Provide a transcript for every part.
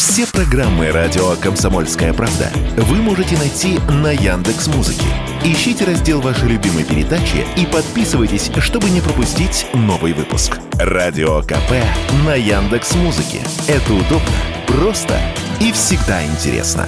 Все программы радио «Комсомольская правда» вы можете найти на Яндекс.Музыке. Ищите раздел вашей любимой передачи и подписывайтесь, чтобы не пропустить новый выпуск. Радио КП на Яндекс.Музыке. Это удобно, просто и всегда интересно.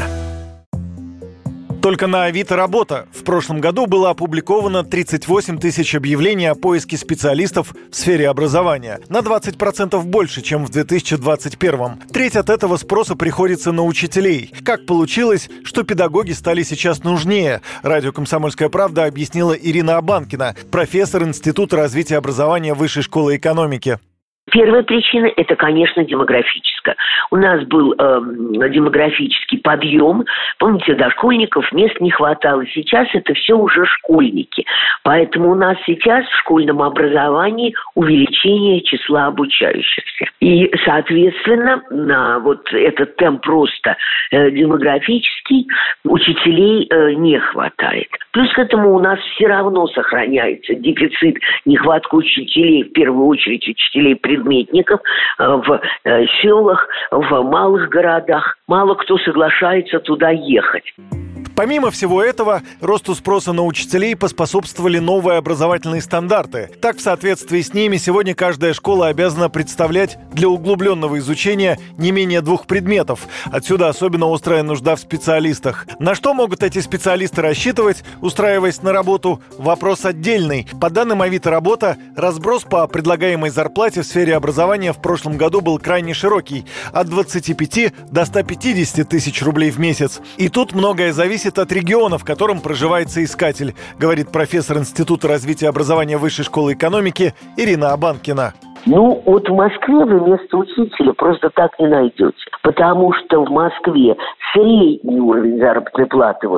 Только на Авито работа. В прошлом году было опубликовано 38 тысяч объявлений о поиске специалистов в сфере образования. На 20% больше, чем в 2021. Треть от этого спроса приходится на учителей. Как получилось, что педагоги стали сейчас нужнее? Радио «Комсомольская правда» объяснила Ирина Абанкина, профессор Института развития образования Высшей школы экономики. Первая причина – это, конечно, демографическая. У нас был демографический подъем. Помните, дошкольников мест не хватало. Сейчас это все уже школьники. Поэтому у нас сейчас в школьном образовании увеличение числа обучающихся. И, соответственно, на вот этот темп роста демографический учителей не хватает. Плюс к этому у нас все равно сохраняется дефицит, нехватка учителей, в первую очередь учителей-предметников в селах, в малых городах. Мало кто соглашается туда ехать. Помимо всего этого, росту спроса на учителей поспособствовали новые образовательные стандарты. Так, в соответствии с ними, сегодня каждая школа обязана представлять для углубленного изучения не менее 2 предметов. Отсюда особенно острая нужда в специалистах. На что могут эти специалисты рассчитывать, устраиваясь на работу? Вопрос отдельный. По данным Авито «Работа», разброс по предлагаемой зарплате в сфере образования в прошлом году был крайне широкий – от 25 до 150 тысяч рублей в месяц. И тут многое зависит от региона, в котором проживает соискатель, говорит профессор Института развития образования Высшей школы экономики Ирина Абанкина. Вот в Москве вы место учителя просто так не найдете. Потому что в Москве средний уровень заработной платы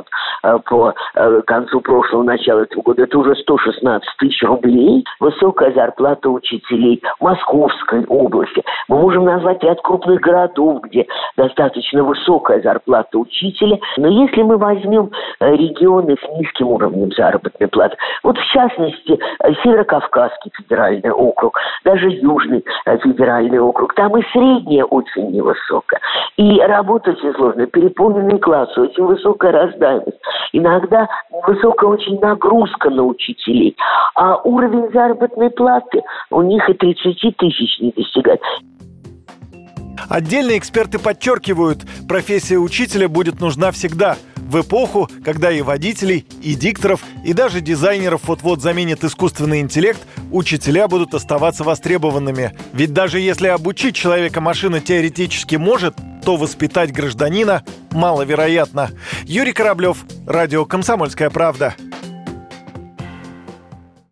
по концу прошлого, начала этого года, это уже 116 тысяч рублей. Высокая зарплата учителей в Московской области. Мы можем назвать ряд крупных городов, где достаточно высокая зарплата учителя. Но если мы возьмем регионы с низким уровнем заработной платы, в частности, Северокавказский федеральный округ, даже Южный федеральный округ, там и средняя очень невысокая. И работа очень сложная, переполненные классы, очень высокая рождаемость. Иногда высокая очень нагрузка на учителей. А уровень заработной платы у них и 30 тысяч не достигает. Отдельные эксперты подчеркивают, профессия учителя будет нужна всегда. В эпоху, когда и водителей, и дикторов, и даже дизайнеров вот-вот заменит искусственный интеллект, учителя будут оставаться востребованными. Ведь даже если обучить человека машина теоретически может, то воспитать гражданина маловероятно. Юрий Кораблев, радио «Комсомольская правда».